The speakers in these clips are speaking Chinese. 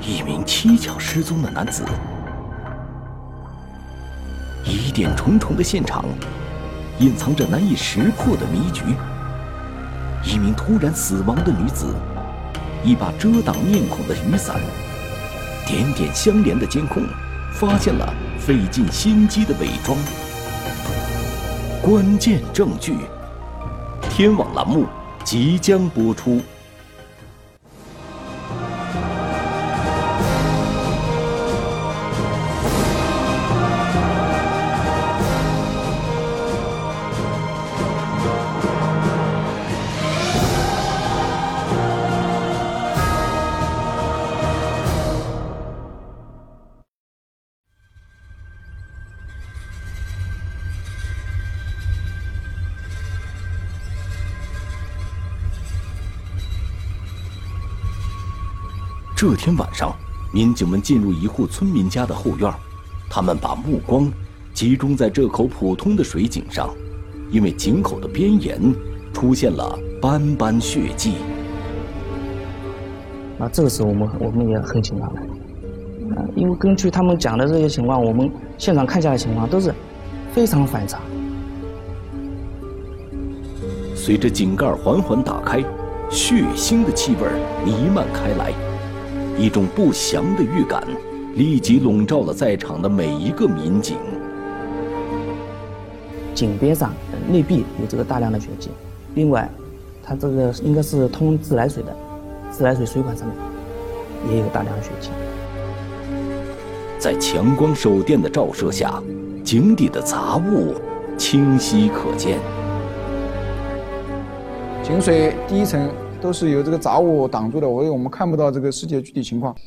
一名蹊跷失踪的男子。疑点重重的现场，隐藏着难以识破的迷局。一名突然死亡的女子，一把遮挡面孔的雨伞，点点相连的监控，发现了费尽心机的伪装。关键证据，天网栏目即将播出。这天晚上，民警们进入一户村民家的后院，他们把目光集中在这口普通的水井上，因为井口的边沿出现了斑斑血迹。 这个时候我们也很紧张了，因为根据他们讲的这些情况，我们现场看下来的情况都是非常反常。 随着井盖缓缓打开，血腥的气味弥漫开来。一种不祥的预感立即笼罩了在场的每一个民警。 井边上内壁有这个大量的血迹，另外，它这个应该是通自来水的，自来水水管上面也有大量的血迹。 在强光手电的照射下，井底的杂物清晰可见。 井水第一层都是由这个杂物挡住的，所以我们看不到这个尸体的具体情况。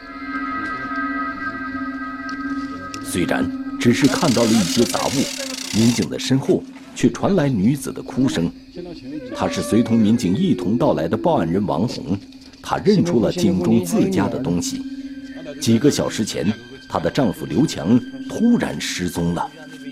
虽然只是看到了一些杂物，民警的身后却传来女子的哭声。她是随同民警一同到来的报案人王红，她认出了井中自家的东西。几个小时前，她的丈夫刘强突然失踪了。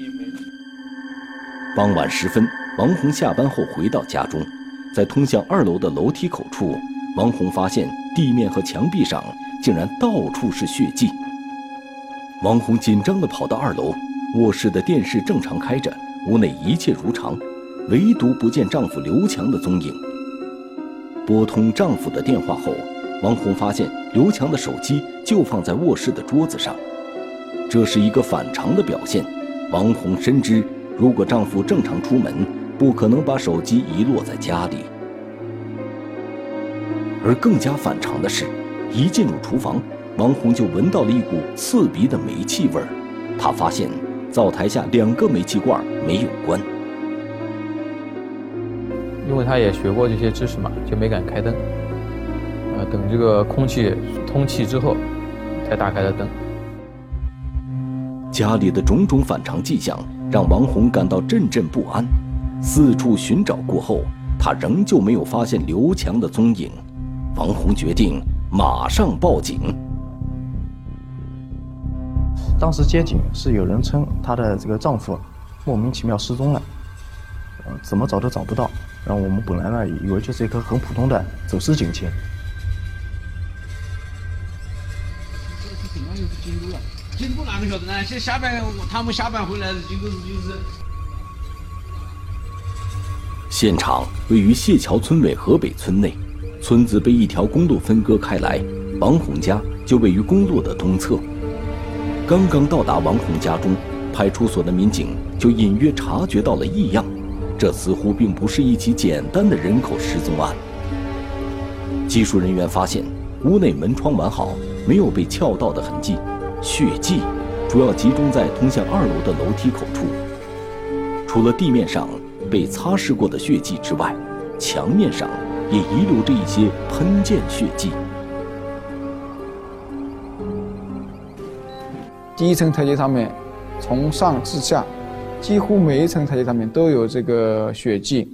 傍晚时分，王红下班后回到家中。在通向2楼的楼梯口处，王红发现地面和墙壁上竟然到处是血迹。王红紧张地跑到2楼，卧室的电视正常开着，屋内一切如常，唯独不见丈夫刘强的踪影。拨通丈夫的电话后，王红发现刘强的手机就放在卧室的桌子上，这是一个反常的表现。王红深知，如果丈夫正常出门，不可能把手机遗落在家里。而更加反常的是，一进入厨房，王红就闻到了一股刺鼻的煤气味儿。她发现灶台下2个煤气罐没有关。 因为她也学过这些知识嘛，就没敢开灯。等这个空气通气之后，才打开了灯。 家里的种种反常迹象让王红感到阵阵不安。四处寻找过后，她仍旧没有发现刘强的踪影。王红决定马上报警。 当时接警是有人称她的这个丈夫莫名其妙失踪了，怎么找都找不到。然后我们本来呢以为就是一个很普通的走私警情。 京都哪个晓得呢？现在下班他们下班回来，京都就是。 现场位于谢桥村委河北村内，村子被一条公路分割开来，王红家就位于公路的东侧。刚刚到达王红家中，派出所的民警就隐约察觉到了异样，这似乎并不是一起简单的人口失踪案。技术人员发现，屋内门窗完好，没有被撬盗的痕迹，血迹主要集中在通向2楼的楼梯口处。除了地面上被擦拭过的血迹之外，墙面上也遗留着一些喷溅血迹。 第一层台阶上面，从上至下，几乎每一层台阶上面都有这个血迹。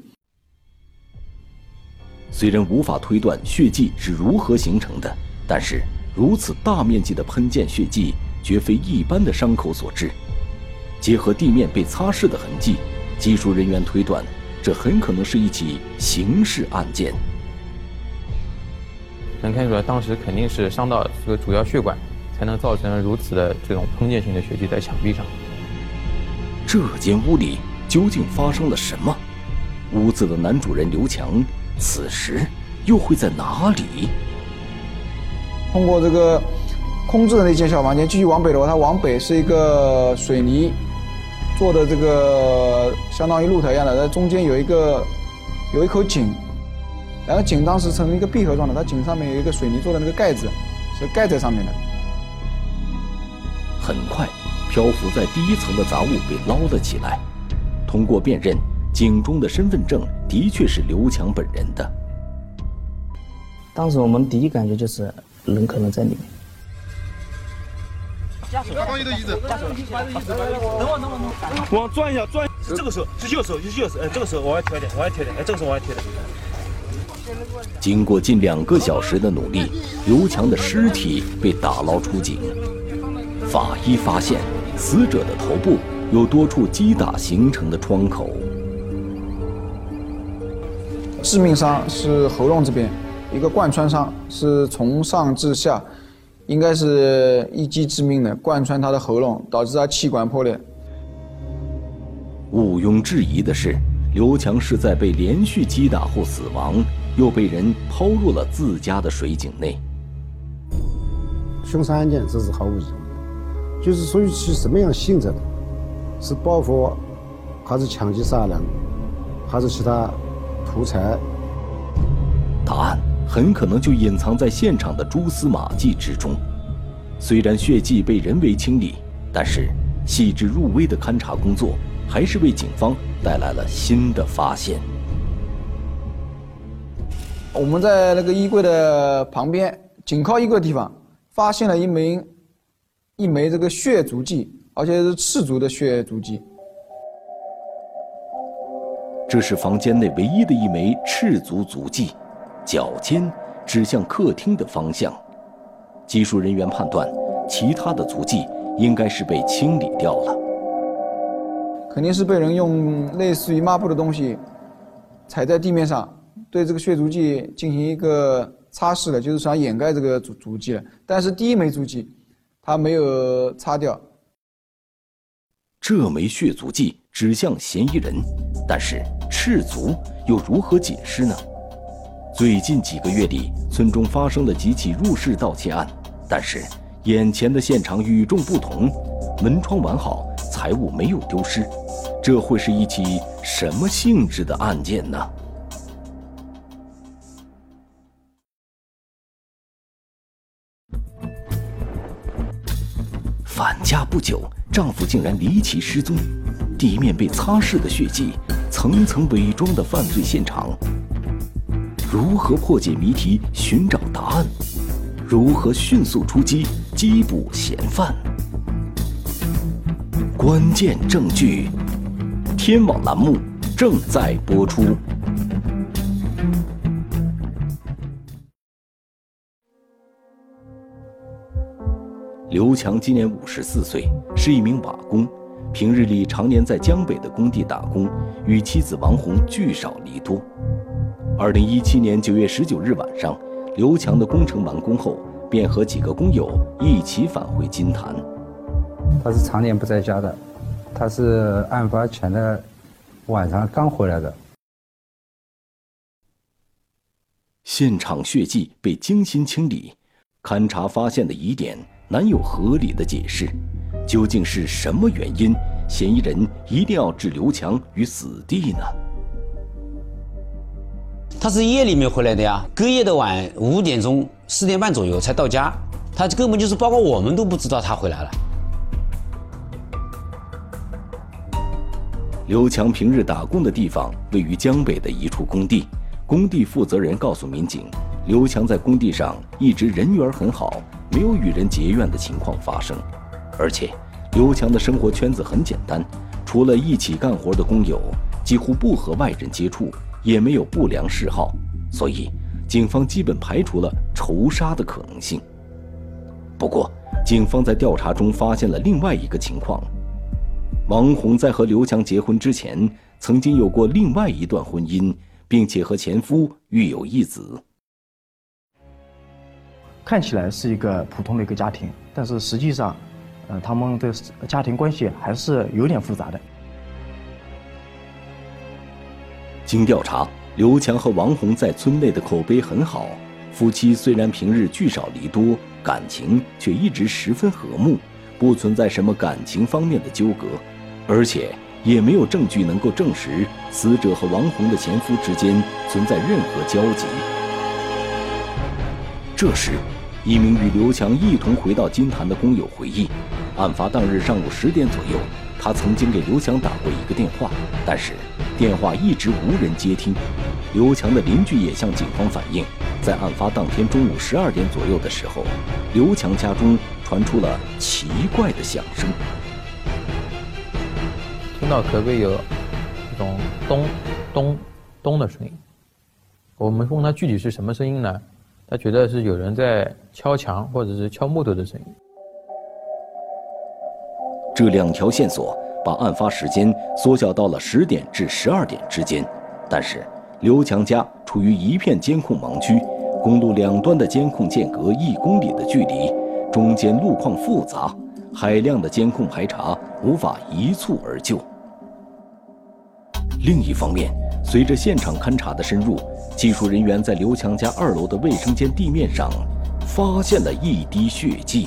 虽然无法推断血迹是如何形成的，但是如此大面积的喷溅血迹绝非一般的伤口所致。结合地面被擦拭的痕迹，技术人员推断，这很可能是一起刑事案件。 能看出来当时肯定是伤到这个主要血管，才能造成如此的这种封建性的血迹在墙壁上。 这间屋里究竟发生了什么？屋子的男主人刘强此时又会在哪里？ 通过这个空置的那间小房间继续往北的话，它往北是一个水泥做的这个相当于露台一样的，在中间有一口井，然后井当时呈一个闭合状的，它井上面有一个水泥做的那个盖子，是盖在上面的。 很快，漂浮在第一层的杂物被捞了起来。通过辨认，井中的身份证的确是刘强本人的。 当时我们第一感觉就是人可能在里面。 放你的椅子，往转一下，转。是这个手，是右手，是右手。这个手往外推点，往外推点。这个手往外推点。 经过近2个小时的努力，刘强的尸体被打捞出井。法医发现，死者的头部有多处击打形成的创口。 致命伤是喉咙这边，一个贯穿伤是从上至下。应该是一击致命的，贯穿他的喉咙，导致他气管破裂。 毋庸置疑的是，刘强是在被连续击打后死亡，又被人抛入了自家的水井内。 凶杀案件这是毫无疑问的，就是属于是什么样性质的，是报复，还是抢劫杀人，还是其他图财？ 答案很可能就隐藏在现场的蛛丝马迹之中。虽然血迹被人为清理，但是细致入微的勘查工作还是为警方带来了新的发现。 我们在那个衣柜的旁边，紧靠衣柜的地方，发现了一枚这个血足迹，而且是赤足的血足迹。 这是房间内唯一的一枚赤足足迹。脚尖指向客厅的方向，技术人员判断，其他的足迹应该是被清理掉了。 肯定是被人用类似于抹布的东西踩在地面上，对这个血足迹进行一个擦拭了，就是想掩盖这个足迹了。但是第一枚足迹，它没有擦掉。 这枚血足迹指向嫌疑人，但是赤足又如何解释呢？最近几个月里，村中发生了几起入室盗窃案，但是眼前的现场与众不同，门窗完好，财物没有丢失，这会是一起什么性质的案件呢？返家不久，丈夫竟然离奇失踪，地面被擦拭的血迹，层层伪装的犯罪现场。如何破解谜题，寻找答案？如何迅速出击，缉捕嫌犯？关键证据，天网栏目正在播出。刘强今年54岁，是一名瓦工，平日里常年在江北的工地打工，与妻子王红聚少离多。2017年9月19日晚上，刘强的工程完工后，便和几个工友一起返回金坛。 他是常年不在家的，他是案发前的晚上刚回来的。 现场血迹被精心清理，勘查发现的疑点难有合理的解释。究竟是什么原因，嫌疑人一定要置刘强于死地呢？ 他是夜里面回来的呀，隔夜的晚5点钟、4点半左右才到家，他根本就是包括我们都不知道他回来了。 刘强平日打工的地方位于江北的一处工地，工地负责人告诉民警，刘强在工地上一直人缘很好，没有与人结怨的情况发生。而且刘强的生活圈子很简单，除了一起干活的工友，几乎不和外人接触，也没有不良嗜好，所以警方基本排除了仇杀的可能性。不过警方在调查中发现了另外一个情况，王红在和刘强结婚之前曾经有过另外一段婚姻，并且和前夫育有一子。 看起来是一个普通的一个家庭，但是实际上，他们的家庭关系还是有点复杂的。 经调查，刘强和王红在村内的口碑很好，夫妻虽然平日聚少离多，感情却一直十分和睦，不存在什么感情方面的纠葛，而且也没有证据能够证实死者和王红的前夫之间存在任何交集。这时，一名与刘强一同回到金坛的工友回忆，案发当日上午10点左右，他曾经给刘强打过一个电话，但是电话一直无人接听。刘强的邻居也向警方反映，在案发当天中午12点左右的时候，刘强家中传出了奇怪的响声， 听到隔壁有一种咚咚咚的声音。我们问他具体是什么声音呢？他觉得是有人在敲墙或者是敲木头的声音。 这2条线索把案发时间缩小到了10点至12点之间，但是刘强家处于一片监控盲区，公路两端的监控间隔1公里的距离，中间路况复杂，海量的监控排查无法一蹴而就。另一方面，随着现场勘查的深入，技术人员在刘强家2楼的卫生间地面上发现了一滴血迹。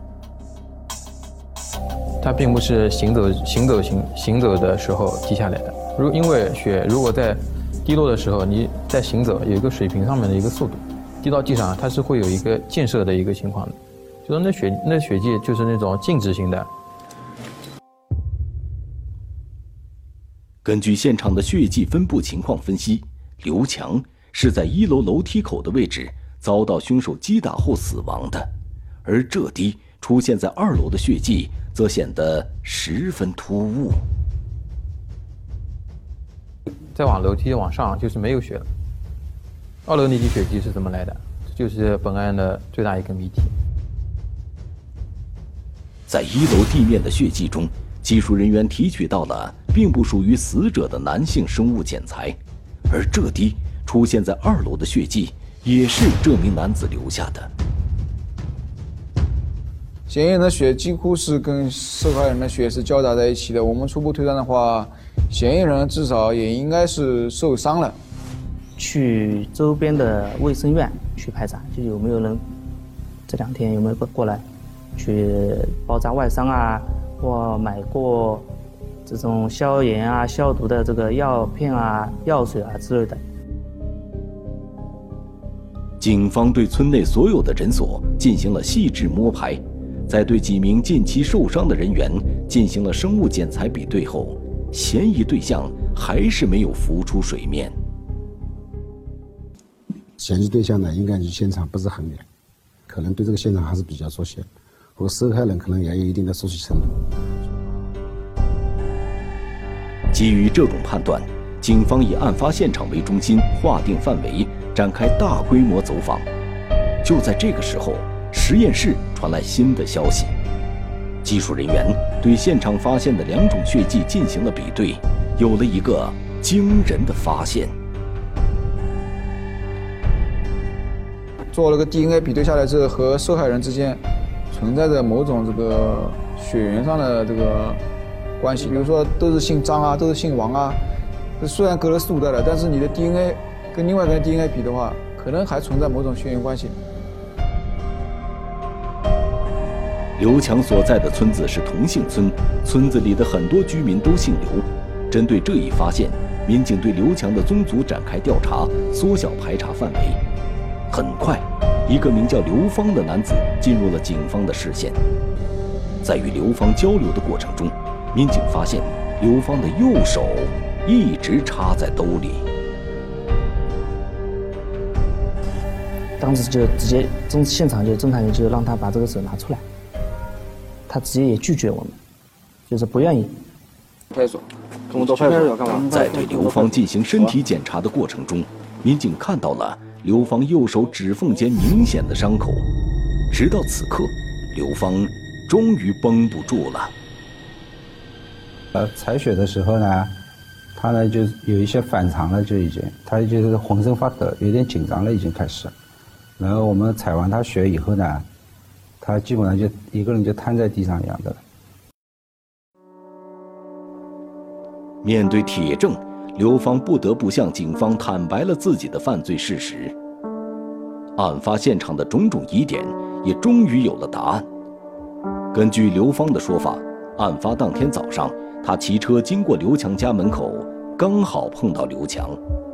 它并不是行走的时候滴下来的，因为血如果在滴落的时候，你在行走有一个水平上面的一个速度，滴到地上它是会有一个溅射的一个情况的，就是那血迹就是那种静止型的。 根据现场的血迹分布情况分析，刘强是在1楼楼梯口的位置遭到凶手击打后死亡的，而这滴出现在2楼的血迹则显得十分突兀。 再往楼梯往上就是没有血了。2楼那滴血迹是怎么来的？这就是本案的最大一个谜题。 在1楼地面的血迹中，技术人员提取到了并不属于死者的男性生物检材，而这滴出现在2楼的血迹也是这名男子留下的。 嫌疑人的血几乎是跟受害人的血是交杂在一起的，我们初步推断的话，嫌疑人至少也应该是受伤了。 去周边的卫生院去排查，就有没有人这2天有没有过来去包扎外伤啊，或买过这种消炎啊、消毒的这个药片啊、药水啊之类的。 警方对村内所有的诊所进行了细致摸排，在对几名近期受伤的人员进行了生物检材比对后，嫌疑对象还是没有浮出水面。 嫌疑对象呢，应该离现场不是很远，可能对这个现场还是比较熟悉，和受害人可能也有一定的熟悉程度。 基于这种判断，警方以案发现场为中心，划定范围，展开大规模走访。就在这个时候，实验室传来新的消息，技术人员对现场发现的2种血迹进行了比对，有了一个惊人的发现。 做了个 DNA 比对下来之后，和受害人之间存在着某种这个血缘上的这个关系，比如说都是姓张啊，都是姓王啊，虽然隔了4、5代了，但是你的 DNA 跟另外一个人 DNA 比的话，可能还存在某种血缘关系。 刘强所在的村子是同姓村，村子里的很多居民都姓刘。针对这一发现，民警对刘强的宗族展开调查，缩小排查范围。很快，一个名叫刘芳的男子进入了警方的视线。在与刘芳交流的过程中，民警发现刘芳的右手一直插在兜里。 当时就直接现场就侦查员就让他把这个手拿出来，他直接也拒绝我们，就是不愿意。 派出所，跟我到派出所干嘛？ 在对刘芳进行身体检查的过程中，民警看到了刘芳右手指缝间明显的伤口。直到此刻，刘芳终于绷不住了。 采血的时候呢，他呢就有一些反常了，就已经他就是浑身发抖，有点紧张了，已经开始。 然后我们采完他血以后呢，他基本上就一个人就瘫在地上一样的了。 面对铁证，刘芳不得不向警方坦白了自己的犯罪事实。案发现场的种种疑点也终于有了答案。根据刘芳的说法，案发当天早上，他骑车经过刘强家门口，刚好碰到刘强。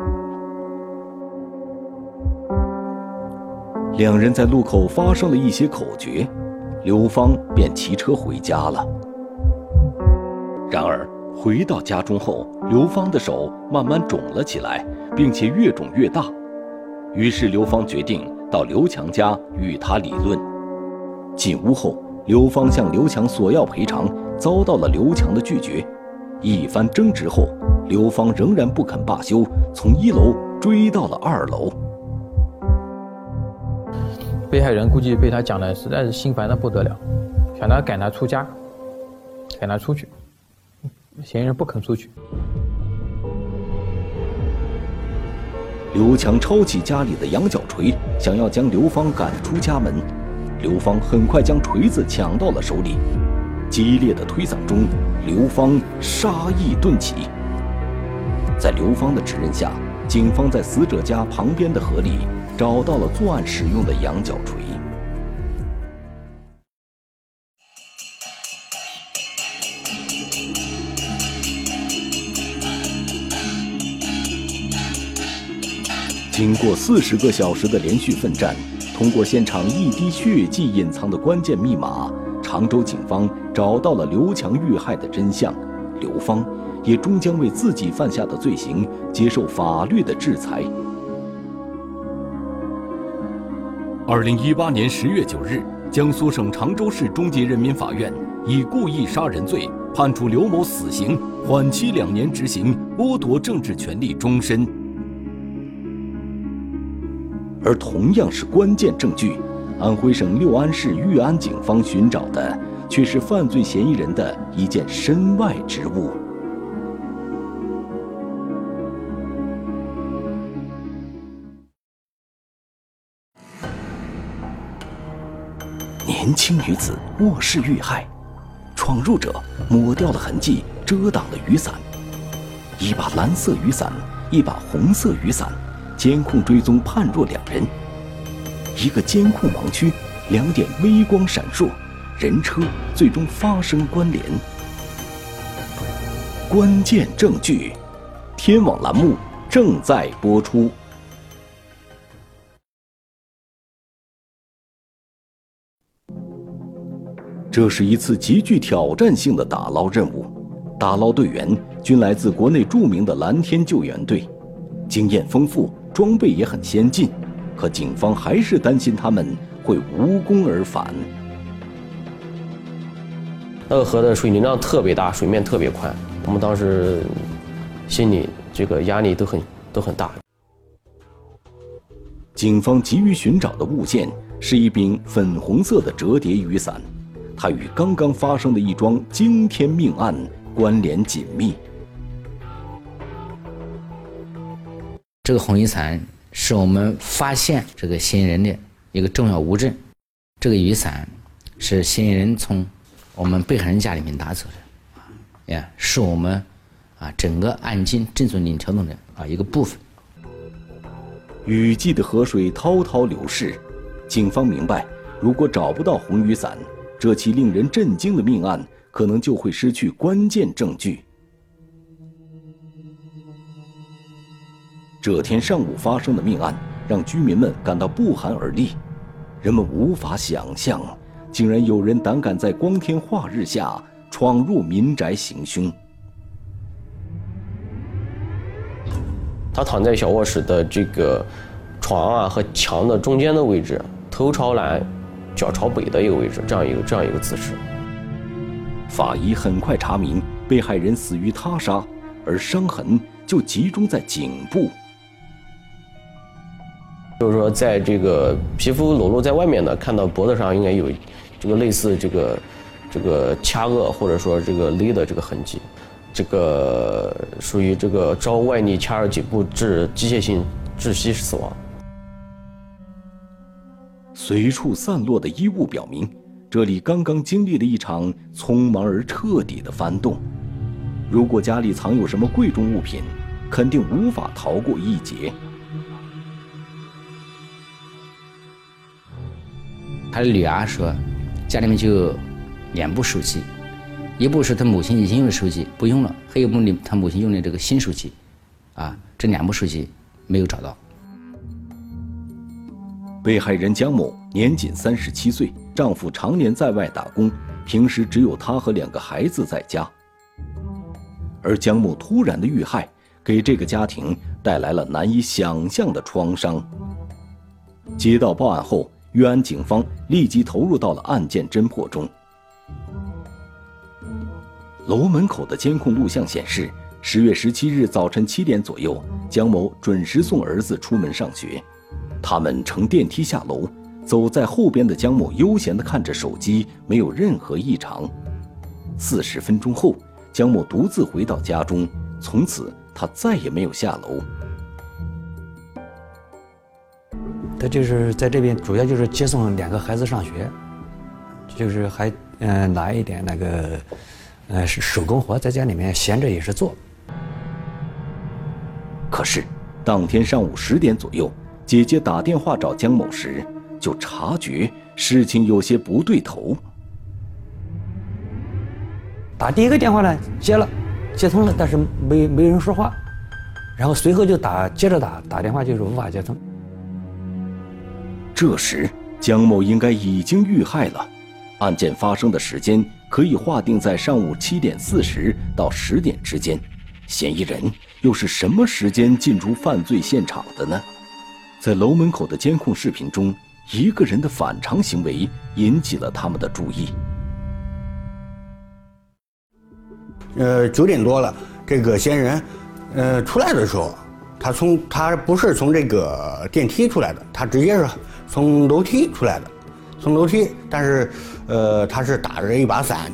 两人在路口发生了一些口角，刘芳便骑车回家了。然而回到家中后，刘芳的手慢慢肿了起来，并且越肿越大。于是刘芳决定到刘强家与他理论。进屋后，刘芳向刘强索要赔偿，遭到了刘强的拒绝。一番争执后，刘芳仍然不肯罢休，从1楼追到了2楼。 被害人估计被他讲的实在是心烦的不得了，想他赶他出家，赶他出去。嫌疑人不肯出去。 刘强抄起家里的羊角锤，想要将刘芳赶出家门。刘芳很快将锤子抢到了手里，激烈的推搡中，刘芳杀意顿起。在刘芳的指认下，警方在死者家旁边的河里找到了作案使用的羊角锤。经过40个小时的连续奋战，通过现场一滴血迹隐藏的关键密码，常州警方找到了刘强遇害的真相，刘芳也终将为自己犯下的罪行接受法律的制裁。2018年10月9日，江苏省常州市中级人民法院以故意杀人罪判处刘某死刑，缓期2年执行，剥夺政治权利终身。而同样是关键证据，安徽省六安市裕安警方寻找的却是犯罪嫌疑人的一件身外之物。年轻女子卧室遇害，闯入者抹掉了痕迹，遮挡了雨伞。一把蓝色雨伞，一把红色雨伞，监控追踪判若两人。一个监控盲区，2点微光闪烁，人车最终发生关联。关键证据，天网栏目正在播出。这是一次极具挑战性的打捞任务，打捞队员均来自国内著名的蓝天救援队，经验丰富，装备也很先进，可警方还是担心他们会无功而返。 那个河的水流量特别大，水面特别宽，我们当时心里这个压力都很大。 警方急于寻找的物件是一柄粉红色的折叠雨伞，它与刚刚发生的一桩惊天命案关联紧密。 这个红雨伞是我们发现这个嫌疑人的一个重要物证。这个雨伞是嫌疑人从我们被害人家里面拿走的，是我们整个案件侦查链条中的一个部分。 雨季的河水滔滔流逝，警方明白，如果找不到红雨伞，这起令人震惊的命案可能就会失去关键证据。这天上午发生的命案让居民们感到不寒而栗，人们无法想象，竟然有人胆敢在光天化日下闯入民宅行凶。 他躺在小卧室的这个床和墙的中间的位置，头朝南，脚朝北的一个位置，这样一个姿势。 法医很快查明，被害人死于他杀，而伤痕就集中在颈部。 就是说，在这个皮肤裸露在外面的，看到脖子上应该有这个类似这个掐扼或者说这个勒的这个痕迹，这个属于这个遭外力掐入颈部致机械性窒息死亡。 随处散落的衣物表明，这里刚刚经历了一场匆忙而彻底的翻动。如果家里藏有什么贵重物品，肯定无法逃过一劫。 他的女儿说，家里面就有2部手机，一部是他母亲已经用的手机不用了，还有一部他母亲用的这个新手机，这2部手机没有找到。 被害人江某年仅37岁，丈夫常年在外打工，平时只有她和2个孩子在家。而江某突然的遇害，给这个家庭带来了难以想象的创伤。接到报案后，豫安警方立即投入到了案件侦破中。楼门口的监控录像显示，10月17日早晨7点左右，江某准时送儿子出门上学。他们乘电梯下楼，走在后边的江某悠闲地看着手机，没有任何异常。40分钟后，江某独自回到家中，从此他再也没有下楼。 他就是在这边主要就是接送2个孩子上学，就是还拿一点那个手工活，在家里面闲着也是做。 可是当天上午10点左右，姐姐打电话找江某时，就察觉事情有些不对头。 打第1个电话呢，接通了，但是没人说话，然后随后就接着打电话就是无法接通。 这时江某应该已经遇害了，案件发生的时间可以划定在上午7点40到10点之间，嫌疑人又是什么时间进出犯罪现场的呢？在楼门口的监控视频中，一个人的反常行为引起了他们的注意。 9点多了，这个嫌疑人出来的时候，他不是从这个电梯出来的，他直接是从楼梯出来的，但是他是打着一把伞，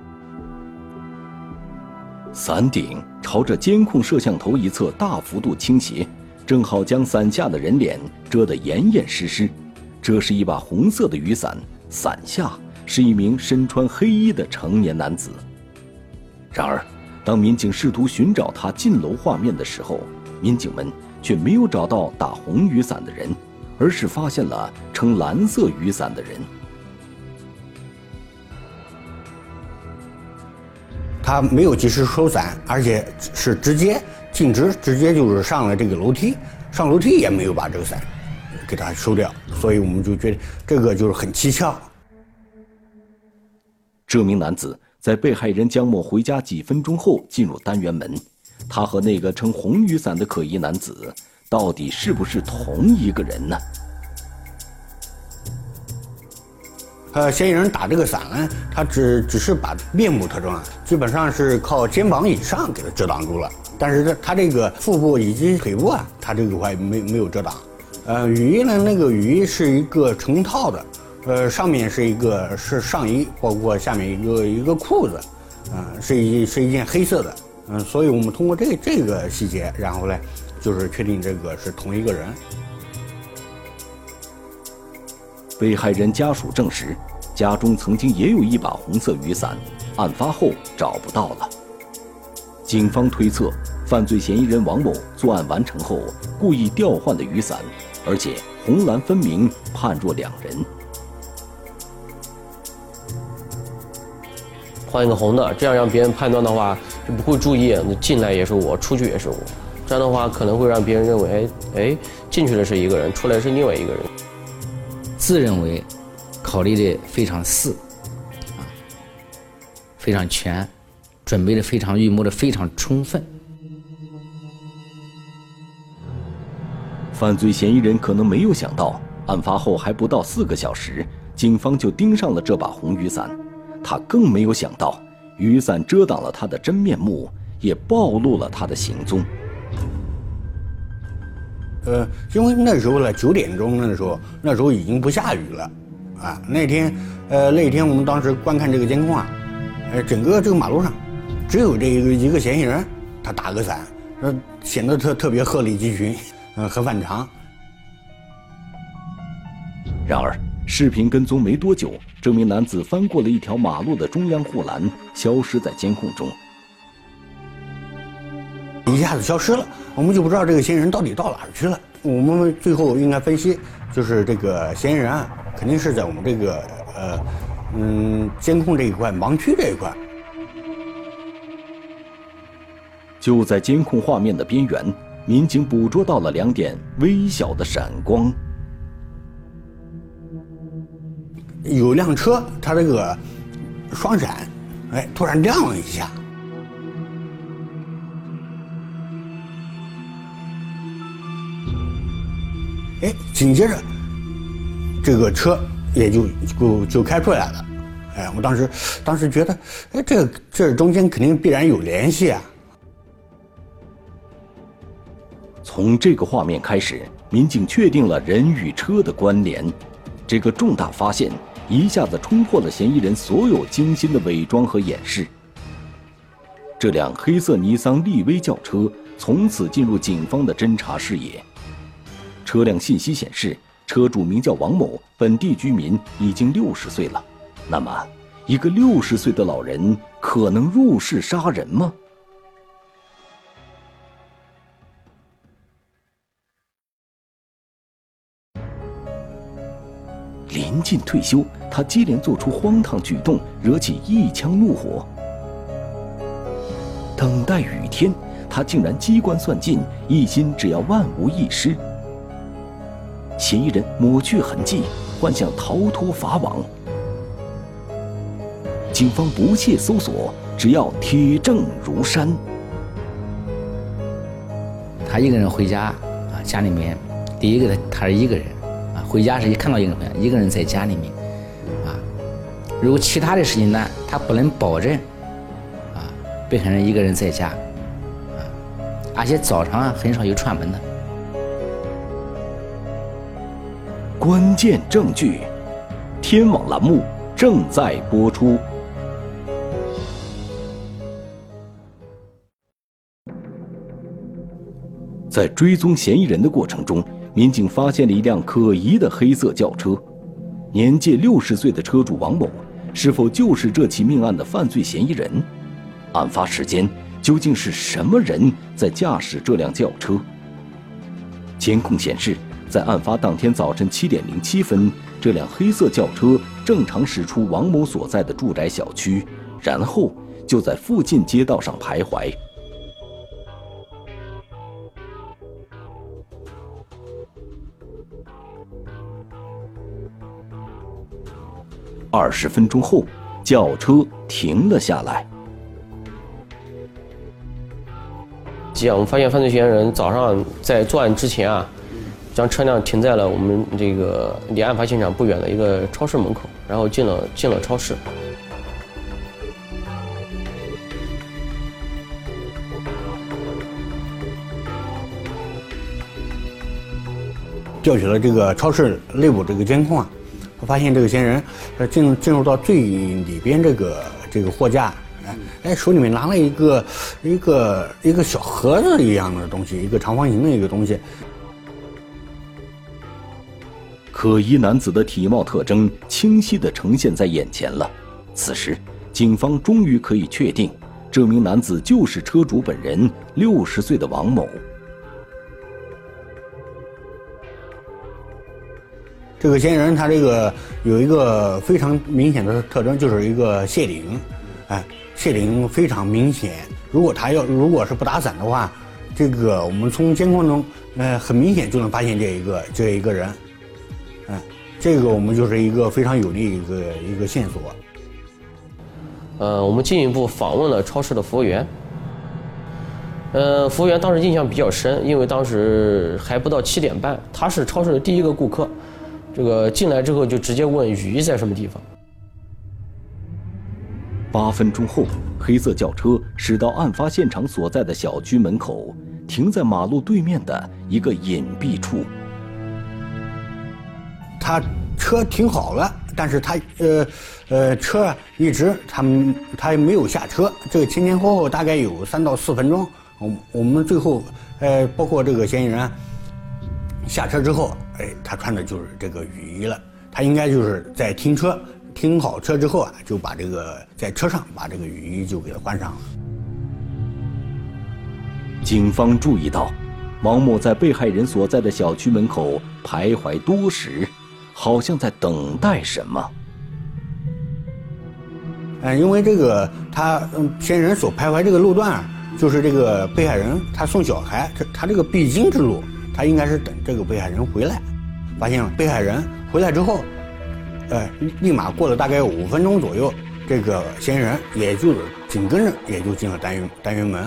伞顶朝着监控摄像头一侧大幅度倾斜，正好将伞下的人脸遮得严严实实。这是一把红色的雨伞，伞下是一名身穿黑衣的成年男子。然而当民警试图寻找他进楼画面的时候，民警们却没有找到打红雨伞的人，而是发现了撑蓝色雨伞的人。 他没有及时收伞，而且是直接就是上了这个楼梯，上楼梯也没有把这个伞给他收掉，所以我们就觉得这个就是很蹊跷。 这名男子在被害人江某回家几分钟后进入单元门，他和那个撑红雨伞的可疑男子到底是不是同一个人呢？ 嫌疑人打这个伞呢，他只是把面部特征基本上是靠肩膀以上给他遮挡住了，但是他这个腹部以及腿部他这个块没有遮挡。雨衣呢，那个雨衣是一个成套的，上面是上衣，包括下面一个裤子，是一件黑色的，所以我们通过这个细节，然后呢，就是确定这个是同一个人。 被害人家属证实，家中曾经也有一把红色雨伞，案发后找不到了。警方推测，犯罪嫌疑人王某作案完成后故意调换的雨伞，而且红蓝分明，判若两人。 换一个红的，这样让别人判断的话就不会注意，进来也是我，出去也是我，这样的话可能会让别人认为，哎，进去的是一个人，出来是另外一个人。 自认为考虑的非常细，非常全，准备的非常预谋的非常充分。 犯罪嫌疑人可能没有想到，案发后还不到4个小时，警方就盯上了这把红雨伞。他更没有想到，雨伞遮挡了他的真面目，也暴露了他的行踪。 因为那时候呢，9点钟那时候已经不下雨了，那天我们当时观看这个监控整个这个马路上，只有这一个嫌疑人，他打个伞，显得特别鹤立鸡群，很反常。 然而， 视频跟踪没多久，这名男子翻过了一条马路的中央护栏，消失在监控中。 一下子消失了，我们就不知道这个嫌疑人到底到哪儿去了。我们最后应该分析，就是这个嫌疑人啊，肯定是在我们这个监控这一块、盲区这一块。 就在监控画面的边缘，民警捕捉到了2点微小的闪光。 有辆车，它这个双闪，哎，突然亮了一下。哎，紧接着，这个车也就开出来了。哎，我当时觉得，哎，这中间肯定必然有联系啊。 从这个画面开始，民警确定了人与车的关联。这个重大发现一下子冲破了嫌疑人所有精心的伪装和掩饰。这辆黑色尼桑利威轿车从此进入警方的侦查视野。车辆信息显示，车主名叫王某，本地居民，已经60岁了。那么，一个60岁的老人可能入室杀人吗？临近退休，他接连做出荒唐举动，惹起一腔怒火。等待雨天，他竟然机关算尽，一心只要万无一失。嫌疑人抹去痕迹，幻想逃脱法网。警方不懈搜索，只要铁证如山。 他一个人回家啊，家里面第一个他是一个人啊，回家是一看到一个人在家里面啊。如果其他的事情呢，他不能保证啊被害人一个人在家啊，而且早上啊很少有串门的。 关键证据，天网栏目正在播出。在追踪嫌疑人的过程中，民警发现了一辆可疑的黑色轿车。年届60岁的车主王某，是否就是这起命案的犯罪嫌疑人？案发时间究竟是什么人在驾驶这辆轿车？监控显示，在案发当天早晨7点07分，这辆黑色轿车正常驶出王某所在的住宅小区，然后就在附近街道上徘徊。20分钟后，轿车停了下来。 我们发现犯罪嫌疑人早上在作案之前啊，将车辆停在了我们这个离案发现场不远的一个超市门口，然后进了超市。 调取了这个超市内部这个监控啊，我发现这个嫌疑人进入到最里边这个货架，哎，手里面拿了一个小盒子一样的东西，一个长方形的一个东西。 可疑男子的体貌特征清晰地呈现在眼前了。此时，警方终于可以确定，这名男子就是车主本人，60岁的王某。 这个嫌疑人他这个有一个非常明显的特征，就是一个谢顶，哎，谢顶非常明显。如果是不打伞的话，这个我们从监控中，很明显就能发现这一个人，这个我们就是一个非常有力一个线索。 我们进一步访问了超市的服务员。服务员当时印象比较深，因为当时还不到7点半，他是超市的第一个顾客。这个进来之后就直接问雨衣在什么地方。 8分钟后，黑色轿车驶到案发现场所在的小区门口，停在马路对面的一个隐蔽处。 他车停好了，但是他车一直他没有下车，这个前后大概有3到4分钟。我们最后包括这个嫌疑人下车之后，哎，他穿的就是这个雨衣了。 他应该就是在停好车之后啊，就把这个在车上把这个雨衣就给他换上了。 警方注意到，王某在被害人所在的小区门口徘徊多时，好像在等待什么。 因为这个嫌疑人所徘徊这个路段啊，就是这个被害人他送小孩，他这个必经之路，他应该是等这个被害人回来。发现了被害人回来之后，立马过了大概5分钟左右，这个嫌疑人也就是紧跟着也就进了单元门。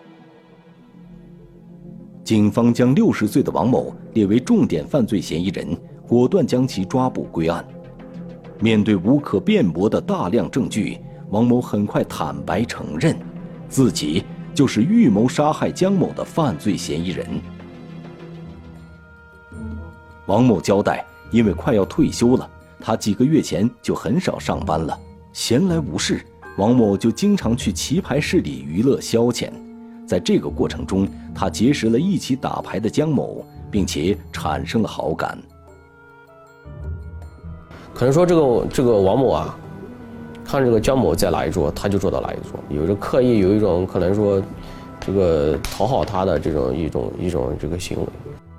警方将60岁的王某列为重点犯罪嫌疑人，果断将其抓捕归案。面对无可辩驳的大量证据，王某很快坦白承认，自己就是预谋杀害江某的犯罪嫌疑人。王某交代，因为快要退休了，他几个月前就很少上班了，闲来无事，王某就经常去棋牌室里娱乐消遣。在这个过程中，他结识了一起打牌的江某，并且产生了好感。 可能说这个王某啊，看这个江某在哪一桌，他就坐到哪一桌，有一种可能说这个讨好他的这种一种这个行为。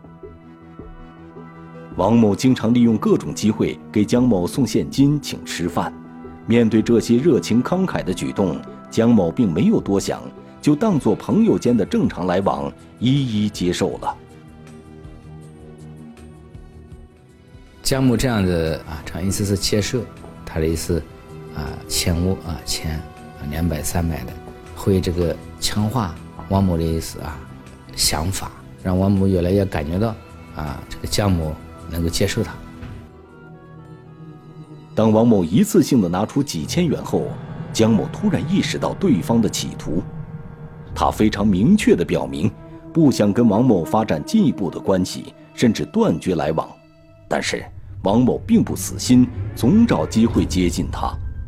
王某经常利用各种机会给江某送现金请吃饭，面对这些热情慷慨的举动，江某并没有多想，就当作朋友间的正常来往，一一接受了。 江某这样的这样意思是接受，他的意思欠我钱200、300的，会这个强化王某的意思想法，让王某越来越感觉到这个江某能够接受他。 当王某一次性的拿出几千元后，江某突然意识到对方的企图，他非常明确地表明不想跟王某发展进一步的关系，甚至断绝来往。但是王某并不死心，总找机会接近他。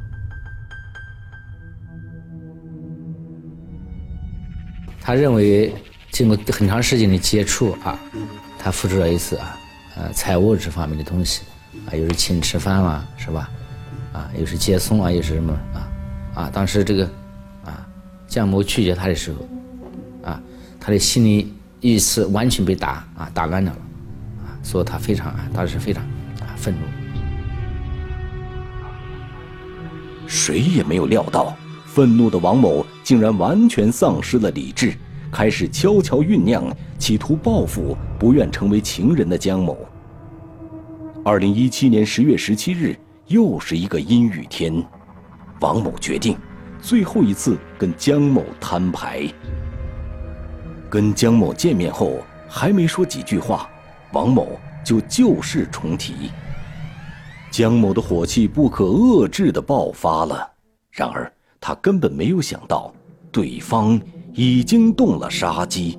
他认为经过很长时间的接触他付出了一次财务这方面的东西又是请吃饭是吧？又是接送又是什么当时这个江某拒绝他的时候他的心理意识完全被打乱了所以他当时非常愤怒。 谁也没有料到，愤怒的王某竟然完全丧失了理智，开始悄悄酝酿，企图报复不愿成为情人的江某。2017年10月17日，又是一个阴雨天，王某决定最后一次跟江某摊牌。跟江某见面后，还没说几句话，王某就事重提。江某的火气不可遏制地爆发了，然而他根本没有想到，对方已经动了杀机。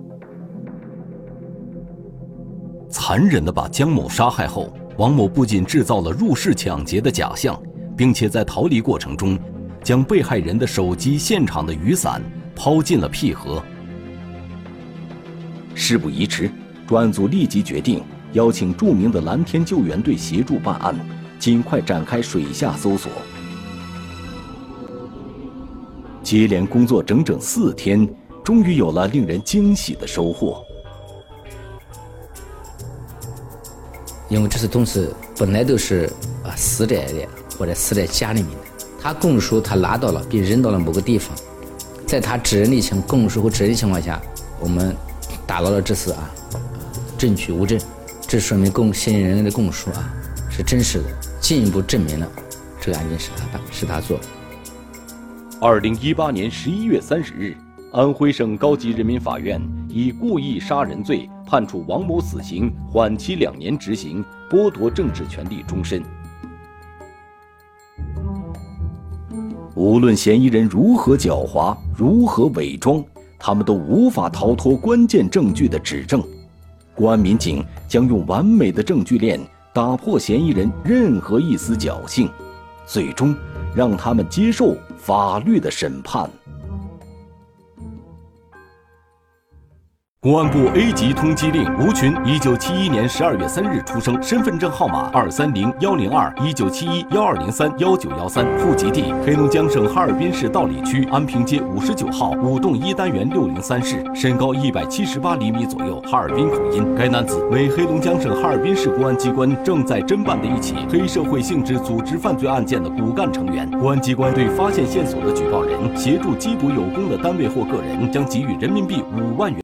残忍地把江某杀害后，王某不仅制造了入室抢劫的假象，并且在逃离过程中，将被害人的手机、现场的雨伞抛进了滗河。事不宜迟，专案组立即决定邀请著名的蓝天救援队协助办案，尽快展开水下搜索。接连工作整整4天，终于有了令人惊喜的收获。 因为这些东西本来都是死在的或者死在家里面的，他供述他拿到了并扔到了某个地方，在他供述和指认的情况下，我们打到了这次证据无证，这说明嫌疑人的供述是真实的，进一步证明了这个案件是他做的。 2018年11月30日，安徽省高级人民法院以故意杀人罪判处王某死刑，缓期2年执行，剥夺政治权利终身。无论嫌疑人如何狡猾，如何伪装，他们都无法逃脱关键证据的指证。公安民警将用完美的证据链打破嫌疑人任何一丝侥幸，最终让他们接受法律的审判。 公安部 A 级通缉令：吴群，1971年12月3日出生，身份证号码230-102-1971-1203-1913，户籍地黑龙江省哈尔滨市道里区安平街59号5栋1单元603室，身高178厘米左右，哈尔滨口音。该男子为黑龙江省哈尔滨市公安机关正在侦办的一起黑社会性质组织犯罪案件的骨干成员。公安机关对发现线索的举报人、协助缉捕有功的单位或个人，将给予人民币5万元。